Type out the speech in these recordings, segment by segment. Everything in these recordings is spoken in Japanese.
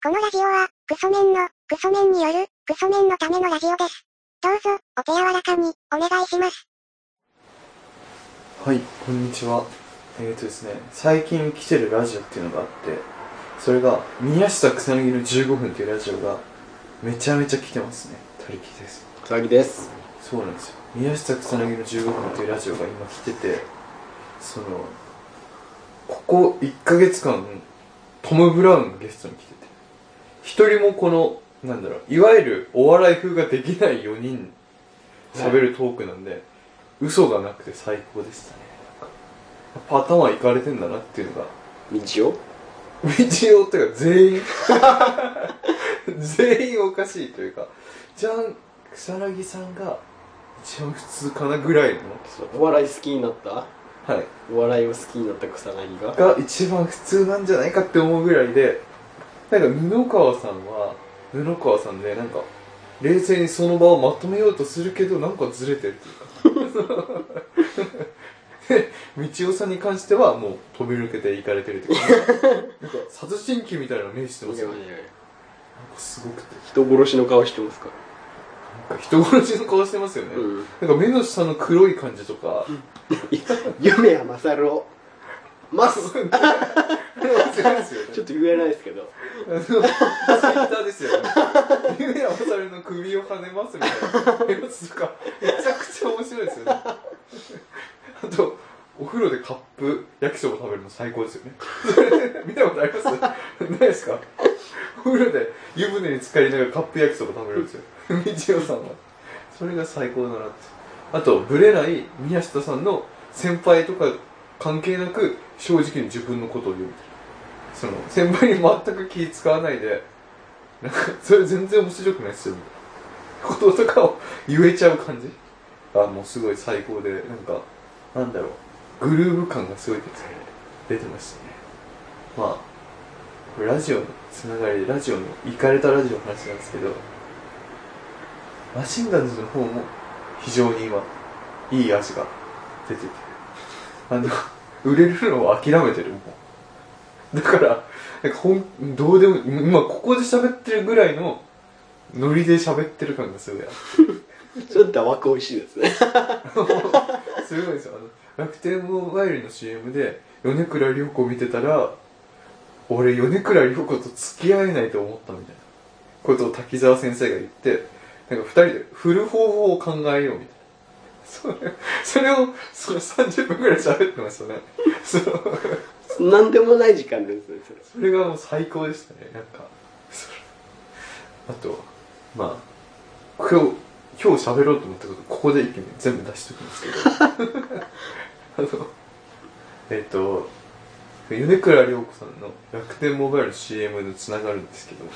このラジオは、クソメンによる、クソメンのためのラジオです。どうぞ、お手柔らかに、お願いします。 はい、こんにちは。ですね、最近来てるラジオっていうのがあって、それが、宮下草薙の15分っていうラジオが、めちゃめちゃ来てますね。たりきです。 草薙です。 そうなんですよ。宮下草薙の15分っていうラジオが今来てて、ここ1ヶ月間、トム・ブラウンがゲストに来てて、一人もこの、いわゆるお笑い風ができない4人喋るトークなんで、嘘がなくて最高でしたね。やっぱ頭いかれてんだなっていうのが。 道夫っていうか全員おかしいというか、草薙さんが一番普通かなぐらいの。 お笑い好きになった？ はい。 お笑いを好きになった草薙が一番普通なんじゃないかって思うぐらいで、布川さんは布川さんで冷静にその場をまとめようとするけどずれてるというかで、道夫さんに関してはもう飛び抜けていかれてるというか殺人鬼みたいな目してますよね。すごくて人殺しの顔してますか？ 人殺しの顔してますよね、目の下の黒い感じとか夢やまさるをますちょっと言えないですけどツイッターですよね。夢やまさるの首を跳ねますみたいなやつとかめちゃくちゃ面白いですよね。あとお風呂でカップ焼きそば食べるの最高ですよね。見たことあります？ないですか？お風呂で湯船に浸かりながらカップ焼きそば食べるんですよ。道夫さんはそれが最高だなって。あとブレない宮下さんの先輩とか関係なく正直に自分のことを言うみたいな。先輩に全く気使わないでそれ全然面白くないっすよみたいなこととかを言えちゃう感じがもうすごい最高で、グルーヴ感がすごい出てましたね。まあラジオのつながり、ラジオのイカれたラジオの話なんですけど、マシンガンズの方も非常に今いい足が出てて、売れるのを諦めてるもん。だからどうでも今ここで喋ってるぐらいのノリで喋ってる感がすごいあってちょっと甘く美味しいですねすごいですよ。楽天モバイルの CM で米倉涼子見てたら、俺米倉涼子と付き合えないと思ったみたいなことを滝沢先生が言って、二人で振る方法を考えようみたいな。それを30分ぐらい喋ってましたね。 なんでもない時間ですね。 それがもう最高でしたね。あと今日喋ろうと思ったことここで一気に全部出しとくんですけど米倉涼子さんの楽天モバイル CM につながるんですけど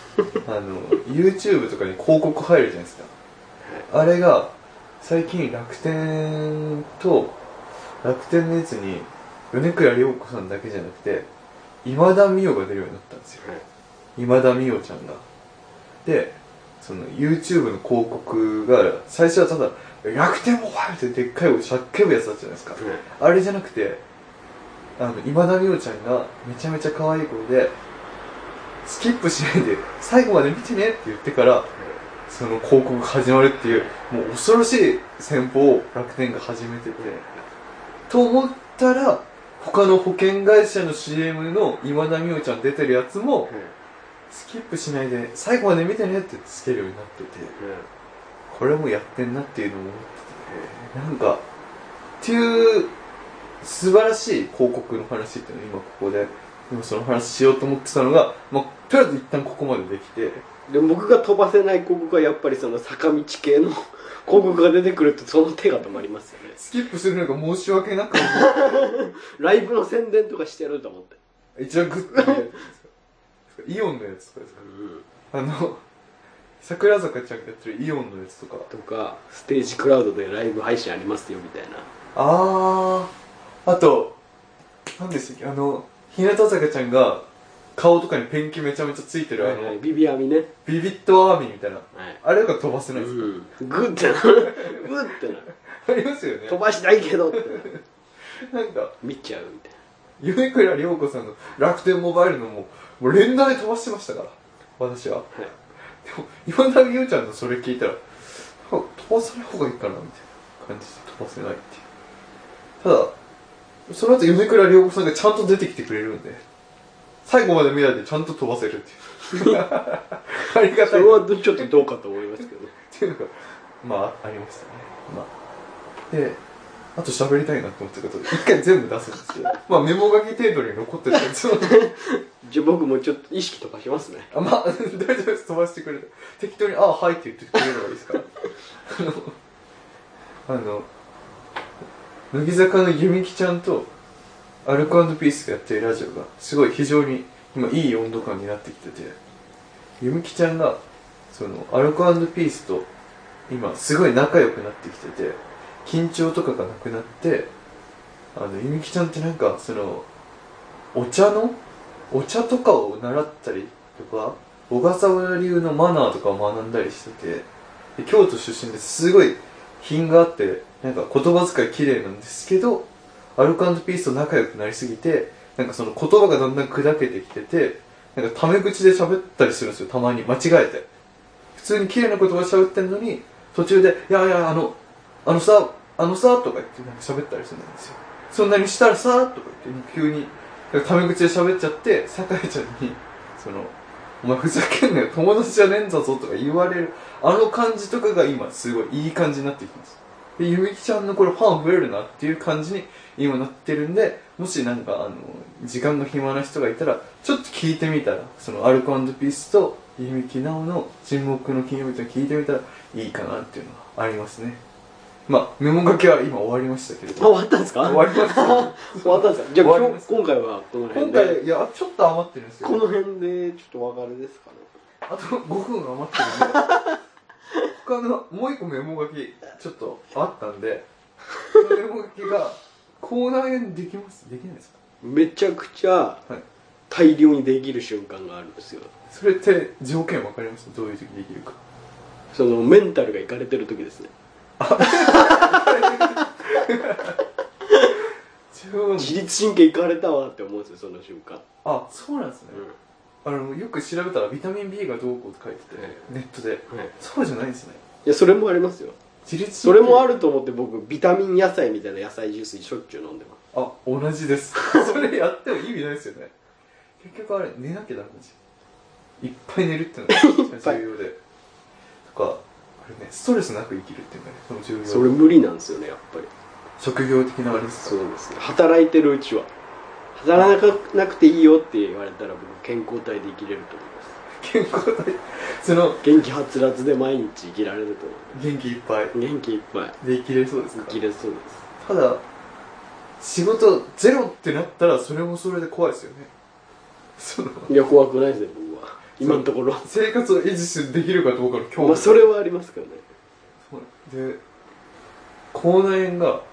YouTube とかに広告入るじゃないですか。あれが最近楽天のやつに米倉涼子さんだけじゃなくて今田美桜が出るようになったんですよ、今田美桜ちゃんが。でYouTube の広告が最初はただ楽天モバイルってでっかい叫ぶやつだったじゃないですか、あれじゃなくて今田美桜ちゃんがめちゃめちゃ可愛い声でスキップしないで最後まで見てねって言ってからその広告が始まるっていう、もう恐ろしい戦法を楽天が始めてて、と思ったら他の保険会社の CM の今田美桜ちゃん出てるやつも、スキップしないで最後まで見てねってつけるようになってて、これもやってんなっていうのも思ってて、っていう素晴らしい広告の話っていうのを今その話しようと思ってたのが、とりあえず一旦ここまでできて、 で僕が飛ばせない広告はやっぱりその坂道系の広告が出てくるとその手が止まりますよね。 スキップするのが申し訳なくライブの宣伝とかしてやると思って一応グッとイオンのやつとかですか、桜坂ちゃんがやってるイオンのやつとかステージクラウドでライブ配信ありますよみたいな。 あと何でしたっけ、日向坂ちゃんが顔とかにペンキめちゃめちゃついてるビビアミね、 ビビットアーミーみたいな、あれが飛ばせないですか？ グッてなるありますよね。 飛ばしたいけどって見ちゃうみたいな。 米倉涼子さんの楽天モバイルのもう連打で飛ばしてましたから私は。 はい。 でも、今田美桜ちゃんのそれ聞いたら、飛ばさない方がいいかな、みたいな感じで飛ばせないっていう。ただ、その後、米倉涼子さんがちゃんと出てきてくれるんで、最後まで見ないでちゃんと飛ばせるっていう。ありがたい。 それはちょっとどうかと思いますけどね。 っていうのが、まあ、ありましたね。まあ。で、あと喋りたいなと思ったことで、一回全部出すんですけど、まあメモ書き程度に残ってたやつを。 じゃあ僕もちょっと意識飛ばしますね。 あ、まあ、大丈夫です。飛ばしてくれて。適当に、ああ、はいって言ってくれればいいですから。乃木坂のゆみきちゃんと、アルコ&ピースがやってるラジオが、すごい非常に、今いい温度感になってきてて、ゆみきちゃんが、その、アルコ&ピースと、今、すごい仲良くなってきてて、緊張とかがなくなって、ゆみきちゃんってなんか、その、お茶とかを習ったりとか、小笠原流のマナーとかを学んだりしてて、で京都出身ですごい品があって、なんか言葉遣い綺麗なんですけど、アルコ&ピースと仲良くなりすぎて、なんかその言葉がだんだん砕けてきてて、なんかタメ口で喋ったりするんですよ、たまに。間違えて。普通に綺麗な言葉喋ってんのに、途中で、いやいや、あのさ、とか言ってなんか喋ったりするんですよ。そんなにしたらさ、とか言って、急に、タメ口で喋っちゃって、酒井ちゃんに、その、お前ふざけんなよ、友達じゃねえんだぞとか言われる、あの感じとかが今すごいいい感じになってきます。で、ゆみきちゃんのこれファン増えるなっていう感じに今なってるんで、もしなんか時間が暇な人がいたら、ちょっと聞いてみたら、そのアルコ&ピースとゆみきなおの沈黙の金曜日と聞いてみたらいいかなっていうのがありますね。まあ、メモ書きは今終わりましたけれど。 終わったんですか？ 終わりました。 終わったんですか？じゃあ今回はこの辺で。 今回、いや、ちょっと余ってるんですよ。 この辺でちょっとお別れですかね。 あと5分余ってるんで。他の、もう一個メモ書き、ちょっとあったんで、そのメモ書きが、コーナーにできます？できないですか？ めちゃくちゃ大量にできる瞬間があるんですよ。 それって条件わかります？どういう時できるか。 そのメンタルがいかれてる時ですね。自律神経いかれたわって思うんですよ、その瞬間。 あ、そうなんですね。よく調べたらビタミン B がどうこうって書いてて、ネットで、そうじゃないんですね。 いや、それもありますよ。それもあると思って僕ビタミン野菜みたいな野菜ジュースしょっちゅう飲んでます。 あ、同じです。それやっても意味ないですよね。結局あれ寝なきゃダメですよ。いっぱい寝るっていうのが重要でとか、あれね、ストレスなく生きるっていうのがね、その重要。 それ無理なんですよね、やっぱり。 職業的なあれですか？ そうですね。働いてるうちは働かなくていいよって言われたら僕健康体で生きれると思います。 健康体、その元気はつらつで毎日生きられると思います。 元気いっぱい元気いっぱいで生きれそうですか？ 生きれそうです。 ただ仕事ゼロってなったらそれもそれで怖いですよね。 いや、怖くないですね、僕は今のところ。 生活を維持できるかどうかの恐怖。 まあそれはありますけどね。 で、口内炎が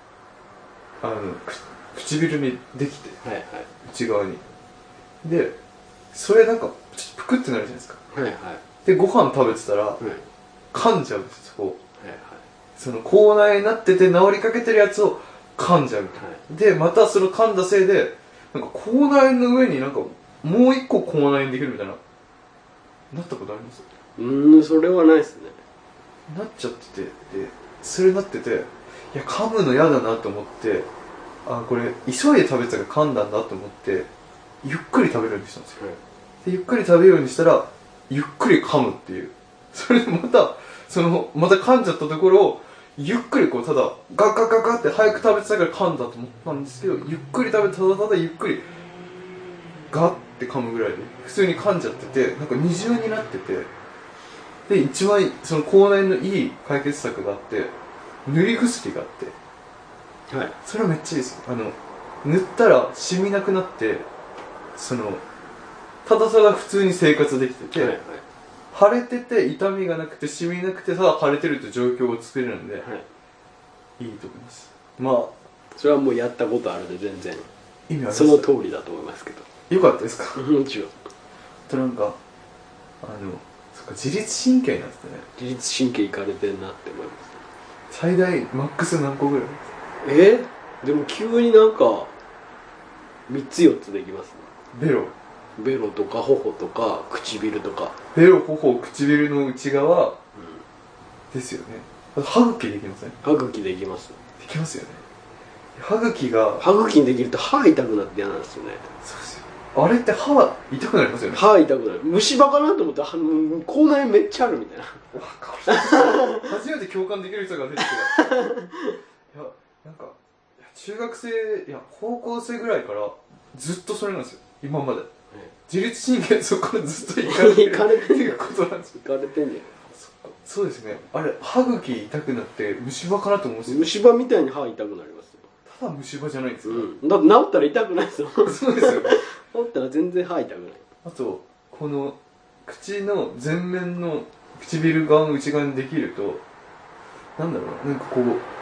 唇にできて、 はいはい、 内側に。で、それなんかちょっとぷくってなるじゃないですか。 はいはい。 で、ご飯食べてたら、噛んじゃうんです、そこ。 はいはい。 その口内炎になってて治りかけてるやつを噛んじゃうみたいな。はい、で、またその噛んだせいで、なんか口内炎の上になんかもう一個口内炎できるみたいな。なったことあります？ それはないですね。 なっちゃってて、で、それなってて、いや、噛むの嫌だなと思って、あ、これ、急いで食べてたから噛んだんだと思って、ゆっくり食べるようにしたんですよ。で、ゆっくり食べるようにしたら、ゆっくり噛むっていう。それでまた、また噛んじゃったところを、ゆっくりこう、ただ、ガッガッガッガッって早く食べてたから噛んだと思ったんですけど、ゆっくり食べて、ただただゆっくり、ガッって噛むぐらいで、普通に噛んじゃってて、なんか二重になってて、で、一番、その口内のいい解決策があって、塗り薬があって、はい。それはめっちゃいいですよ。塗ったら染みなくなって、ただただ普通に生活できてて、はいはい、腫れてて痛みがなくて染みなくてただ腫れてるという状況を作れるんで、はい、いいと思います。まあ、 それはもうやったことあるんで全然意味あります。 その通りだと思いますけど。 よかったですか？ もちろん。 となんか、そっか、自律神経なんですね。 自律神経いかれてんなって思います。 最大マックス何個ぐらいですか？ でも急になんか3つ4つできますね。 ベロベロとか頬とか唇とか。 ベロ、頬、唇の内側ですよね。あと歯茎できません？ 歯茎できます。 できますよね。歯茎が、 歯茎にできると歯痛くなって嫌なんですよね。 そうですよ。あれって歯痛くなりますよね。 歯痛くなる。虫歯かなと思ったら口内炎めっちゃあるみたいな。 初めて共感できる人が出てきた。いや、なんか、中学生、いや、高校生ぐらいからずっとそれなんですよ。今まで。自律神経そこからずっといかれてるっていうことなんですよ。 いかれてんねん。 そうですね。あれ、歯茎痛くなって虫歯かなと思うんですよ。 虫歯みたいに歯痛くなりますよ。 ただ虫歯じゃないんですよ。 だって治ったら痛くないですよ。 そうですよね。 治ったら全然歯痛くない。 あと、この口の前面の唇側の内側にできると、なんだろうな、なんか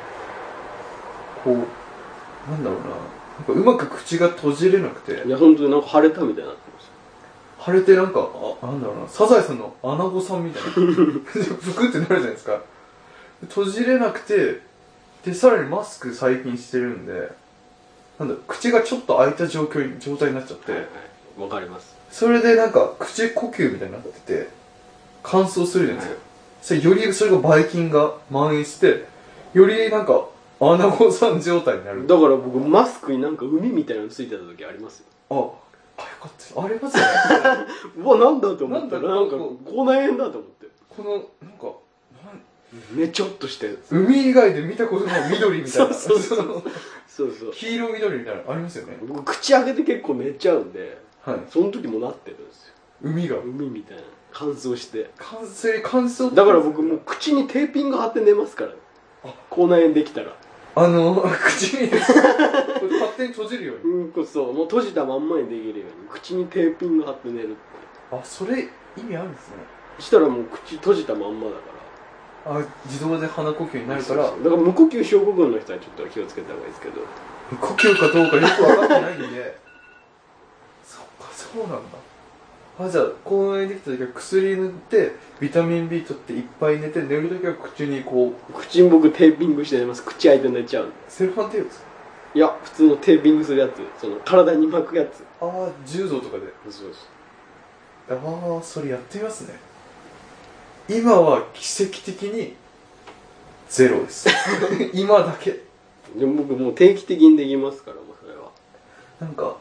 なんだろうな、なんかうまく口が閉じれなくて。 いや、本当になんか腫れたみたいになってます。 腫れてなんか、なんだろうな、サザエさんのアナゴさんみたいな。ぷくってなるじゃないですか。閉じれなくて、で、さらにマスク最近してるんで、なんだろう、口がちょっと開いた状態になっちゃって。 わかります。 それでなんか、口呼吸みたいになってて、乾燥するじゃないですか。それよりそれがばい菌が蔓延して、よりなんか、アナゴさん状態になる。 だから僕、マスクになんか海みたいなのついてた時ありますよ。 よかったです。ありますよね。 うわ、なんだと思ったら、なんか、口内炎だと思って。 この、なんか、 ねちょっとしたやつ。 海以外で見たことない緑みたいな。 そう黄色緑みたいなのありますよね。 僕、口開けて結構寝ちゃうんで、 はい。 その時もなってるんですよ。 海みたいな。乾燥して。 乾燥だから僕もう口にテーピング貼って寝ますからね。口内炎できたら。 口に勝手に閉じるように。 そうもう閉じたまんまにできるように口にテーピング貼って寝るって。 それ意味あるんですね。 そしたらもう口閉じたまんまだから。 自動で鼻呼吸になるから。 だから無呼吸症候群の人はちょっと気をつけた方がいいですけど。 無呼吸かどうかよく分かってないんで。そっか、そうなんだ。じゃあ口内炎できた時は薬塗ってビタミン B 取っていっぱい寝て、寝る時は口に口に僕テーピングして寝ます。口開いて寝ちゃう。 セロハンテープですか？ いや、普通のテーピングするやつ。その体に巻くやつ。 柔道とかで。 そうです。 それやってみますね。今は奇跡的にゼロです今だけでも僕もう定期的にできますから、もうそれはなんか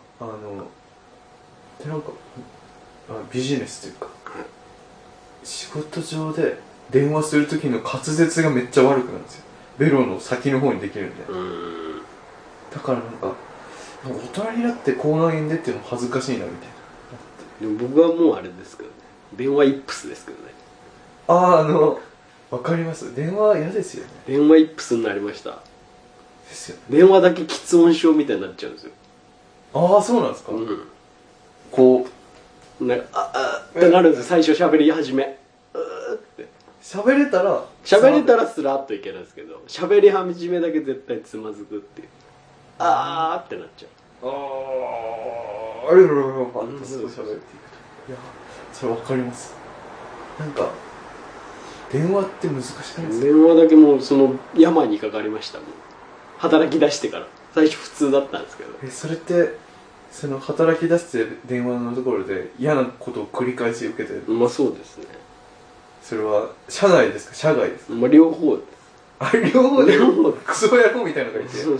ビジネスというか、仕事上で電話する時の滑舌がめっちゃ悪くなるんですよ。ベロの先の方にできるんで。だからなんか大人になって口内炎でっていうのも恥ずかしいなみたいな。 でも僕はもうあれですけどね、電話イップスですけどね。 わかります。電話嫌ですよね。 電話イップスになりました。 ですよね。 電話だけ喫音症みたいになっちゃうんですよ。 そうなんですか。 なんかってなるんですよ。最初喋り始めって喋れたらスラッといけるんですけど、喋り始めだけ絶対つまずくっていう。ってなっちゃう。 あれパッとすぐ喋っていくと。いや、それわかります。なんか電話って難しくないですか？ 電話だけもうその病にかかりましたもん。働き出してから最初普通だったんですけど。 それってその働き出して電話のところで嫌なことを繰り返し受けてる。 そうですね。 それは社内ですか社外ですか？ 両方です。 両方でクソ野郎みたいなのがいて。 そう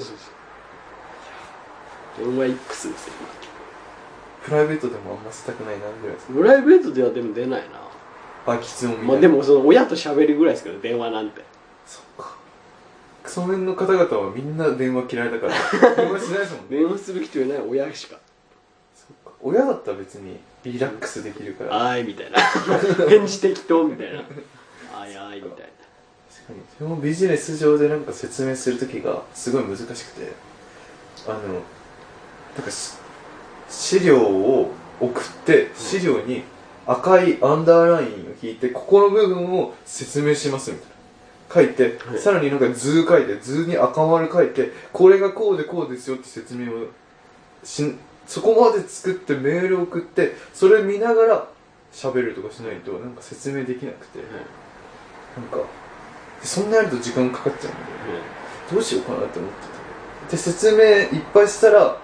電話イップスですよ。 プライベートでもあんましたくないなぐらいですか？ プライベートではでも出ないな。 喫音みたいな。 でもその親と喋るぐらいですけど、電話なんて。 そっか。クソメンの方々はみんな電話嫌いだから電話しないですもんね。 電話する人いない、親しか。 そっか。親だったら別にリラックスできるからみたいな返事適当みたいなみたいな。 確かにそのビジネス上でなんか説明するときがすごい難しくて、なんか資料を送って資料に赤いアンダーラインを引いてここの部分を説明しますみたいな書いて、さらになんか図書いて、図に赤丸書いてこれがこうでこうですよって説明をそこまで作ってメール送ってそれ見ながら喋るとかしないとなんか説明できなくて、なんかそんなやると時間かかっちゃうので、どうしようかなって思ってて、で説明いっぱいしたら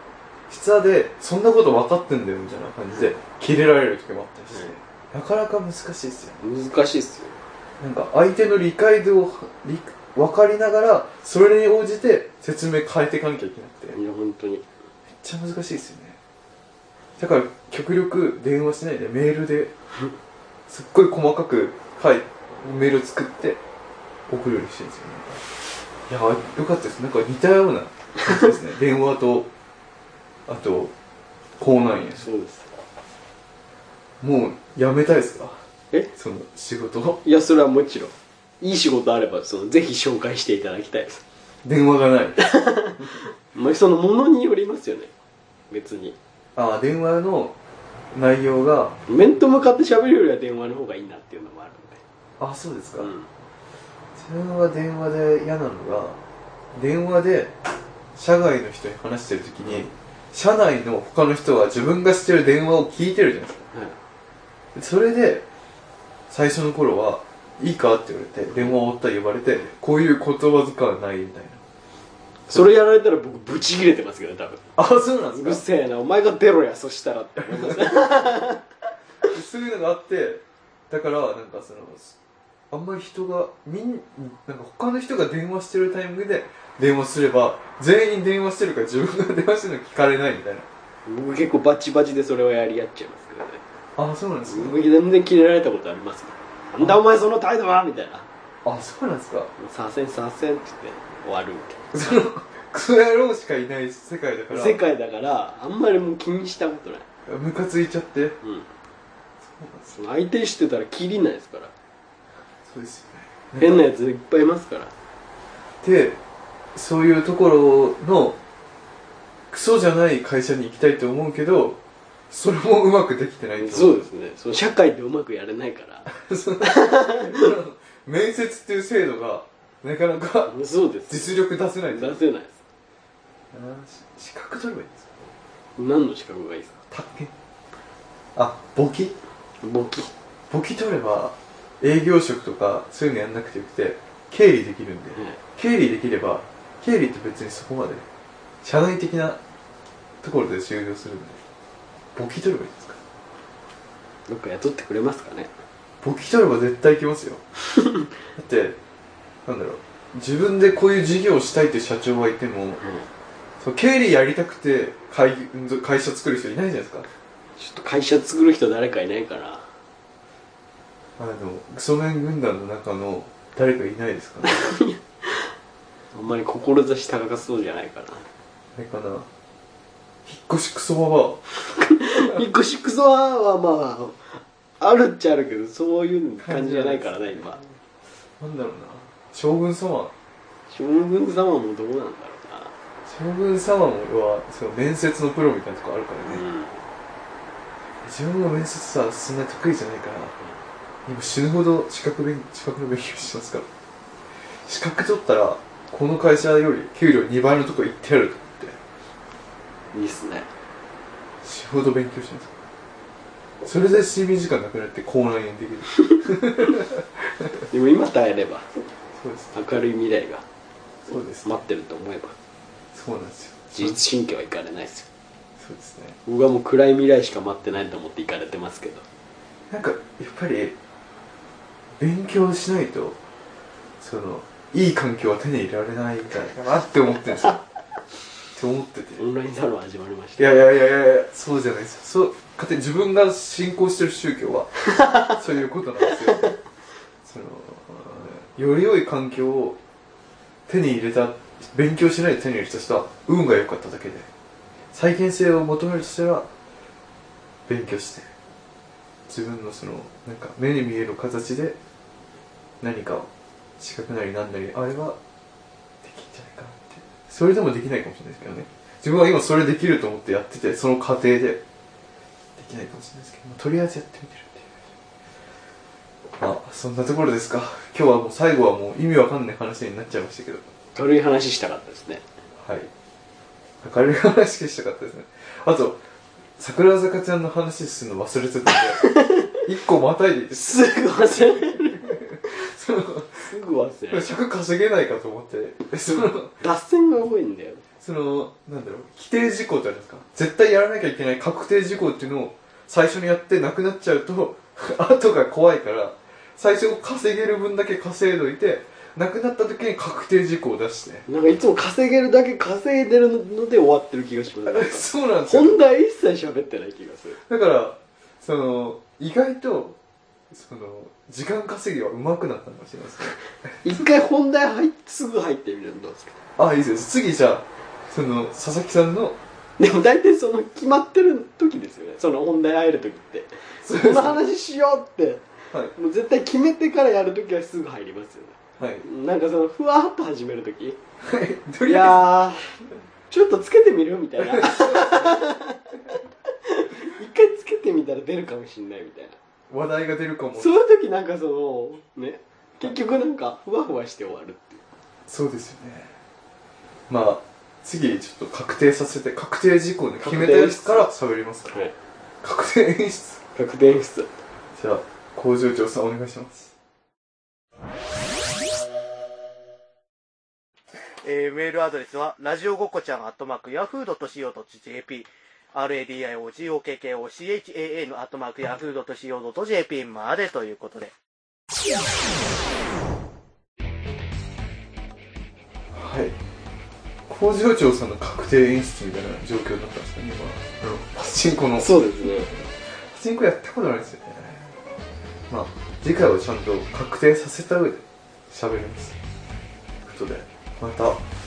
下でそんなこと分かってんだよみたいな感じでキレられる時もあったりして、なかなか難しいですよ。 難しいっすよ。 なんか相手の理解度を分かりながらそれに応じて説明変えていかなきゃいけなくて、 いや本当にめっちゃ難しいですよね。だから極力電話しないでメールですっごい細かくメール作って送るようにしてるんですよね。いやよかったです。なんか似たような感じですね電話とあと口内炎。 そうです。 もうやめたいですか？ え？ その仕事を。 いやそれはもちろんいい仕事あればぜひ紹介していただきたいです。 電話がないまあそのものによりますよね。別にああ電話の内容が面と向かって喋るよりは電話の方がいいなっていうのもあるあそうですか、 ので、 自分は電話で嫌なのが電話で社外の人に話してる時に社内の他の人は自分がしてる電話を聞いてるじゃないですか、それで最初の頃はいいかって言われて電話を終わったら呼ばれてこういう言葉遣いはないみたいな。 それやられたら僕ブチ切れてますけど多分。 あそうなんうるですせえなお前が出ろやそしたらって思いますねか。そういうのがあってだからなんかあんまり人がなんか他の人が電話してるタイミングで電話すれば全員電話してるから自分が電話してるの聞かれないみたいな。 僕結構バチバチでそれをやり合っちゃいますけどね。 あそうなんですか。 僕全然キレられたことありますよ。なんだお前その態度はみたいな。 あそうなんですか。 させんさせんって言って終わるみそのクソ野郎しかいない世界だからたいな。世界だからあんまりもう気にしたことない。 ムカついちゃって。 うん。その相手してたらキリないですから。 そうですよね。 変なやついっぱいいますから。 でそういうところのクソじゃない会社に行きたいと思うけどそれもうまくできてないと。 そうですね。その社会ってうまくやれないから面接っていう制度がなかなかそうです。 実力出せないです。 出せないです。 資格取ればいいんですか？ 何の資格がいいですか？ 宅建。あ簿記取れば営業職とかそういうのやんなくてよくて経理できるんで、経理できれば経理って別にそこまで社内的なところで終了するんで簿記取ればいいんですか？ どっか雇ってくれますかね？ 簿記取れば絶対行きますよだってなんだろう自分でこういう事業をしたいって社長がいても、そう経理やりたくて会社作る人いないじゃないですか。 ちょっと会社作る人誰かいないかな。 クソメン軍団の中の誰かいないですかねあんまり志高そうじゃないかな。 あれかな。引っ越しクソババ引っ越しクソはまああるっちゃあるけどそういう感じじゃないからね今。 なんだろうな将軍様将軍様もどうなんだろうな。 将軍様はその面接のプロみたいなとこあるからね、自分も面接さそんな得意じゃないから今死ぬほど資格の勉強してますから資格取ったらこの会社より給料2倍のとこ行ってやると思っていいっすね。 死ぬほど勉強してますそれで睡眠時間なくなって口内炎できるでも今耐えればそうです明るい未来がそうです待ってると思えばそうなんですよ。 自律神経はいかれないですよ。 そうですね。 僕はもう暗い未来しか待ってないと思っていかれてますけど、 なんかやっぱり勉強しないといい環境は手に入れられないんじゃないかなって思ってるんですよって思っててオンラインサロン始まりました。 いやそうじゃないですよ。勝手に自分が信仰してる宗教はそういうことなんですよより良い環境を手に入れた勉強しないで手に入れた人は運が良かっただけで再現性を求めるとしたら勉強して自分のなんか目に見える形で何か資格なり何なりあればできんじゃないかなって。それでもできないかもしれないですけどね。自分は今それできると思ってやっててその過程でできないかもしれないですけど、とりあえずやってみてるっていう。そんなところですか。今日はもう最後はもう意味わかんない話になっちゃいましたけど、 軽い話したかったですね。 はい、軽い話したかったですね。あと桜坂ちゃんの話するの忘れてたんで一個またいでいいですすぐ忘れるすぐ忘れる。 尺稼げないかと思って脱線が多いんだよ。 そのなんだろう、規定事項ってあるんですか、絶対やらなきゃいけない確定事項っていうのを最初にやってなくなっちゃうと後が怖いから、最初稼げる分だけ稼いどいて、なくなった時に確定事項を出して、 なんかいつも稼げるだけ稼いでるので終わってる気がしますそうなんですよ。 本題一切喋ってない気がする。 だからその意外とその時間稼ぎは上手くなったのかもしれないですね。 一回本題入ってすぐ入ってみるのどうですか？ あ、いいです。次じゃあその佐々木さんの、 でも大体その決まってる時ですよね、その本題入る時って。この話しようって、 はい、 もう絶対決めてからやる時はすぐ入りますよね。 はい、 なんかそのふわーっと始める時、いとりあやーちょっとつけてみるみたいな一回つけてみたら出るかもしんないみたいな、 えず話題が出るかも。 そういう時なんかそのね、結局なんかふわふわして終わるっていう。 そうですよね。まあ次ちょっと確定させて、確定事項で決めたやつから喋りますから、 はい、 確定演出。 確定演出。 じゃあ工場長さんお願いします。 メールアドレスはラジオごっこちゃん@yahoo.co.jp、 RADIOGOKKOCHAN@yahoo.co.jp までということで、 はい、工場長さんの確定演出みたいな状況だったんですかね、今。パチンコの。 そうですね。 パチンコやったことないですよね。まあ次回はちゃんと確定させた上で喋るんです。ということでまた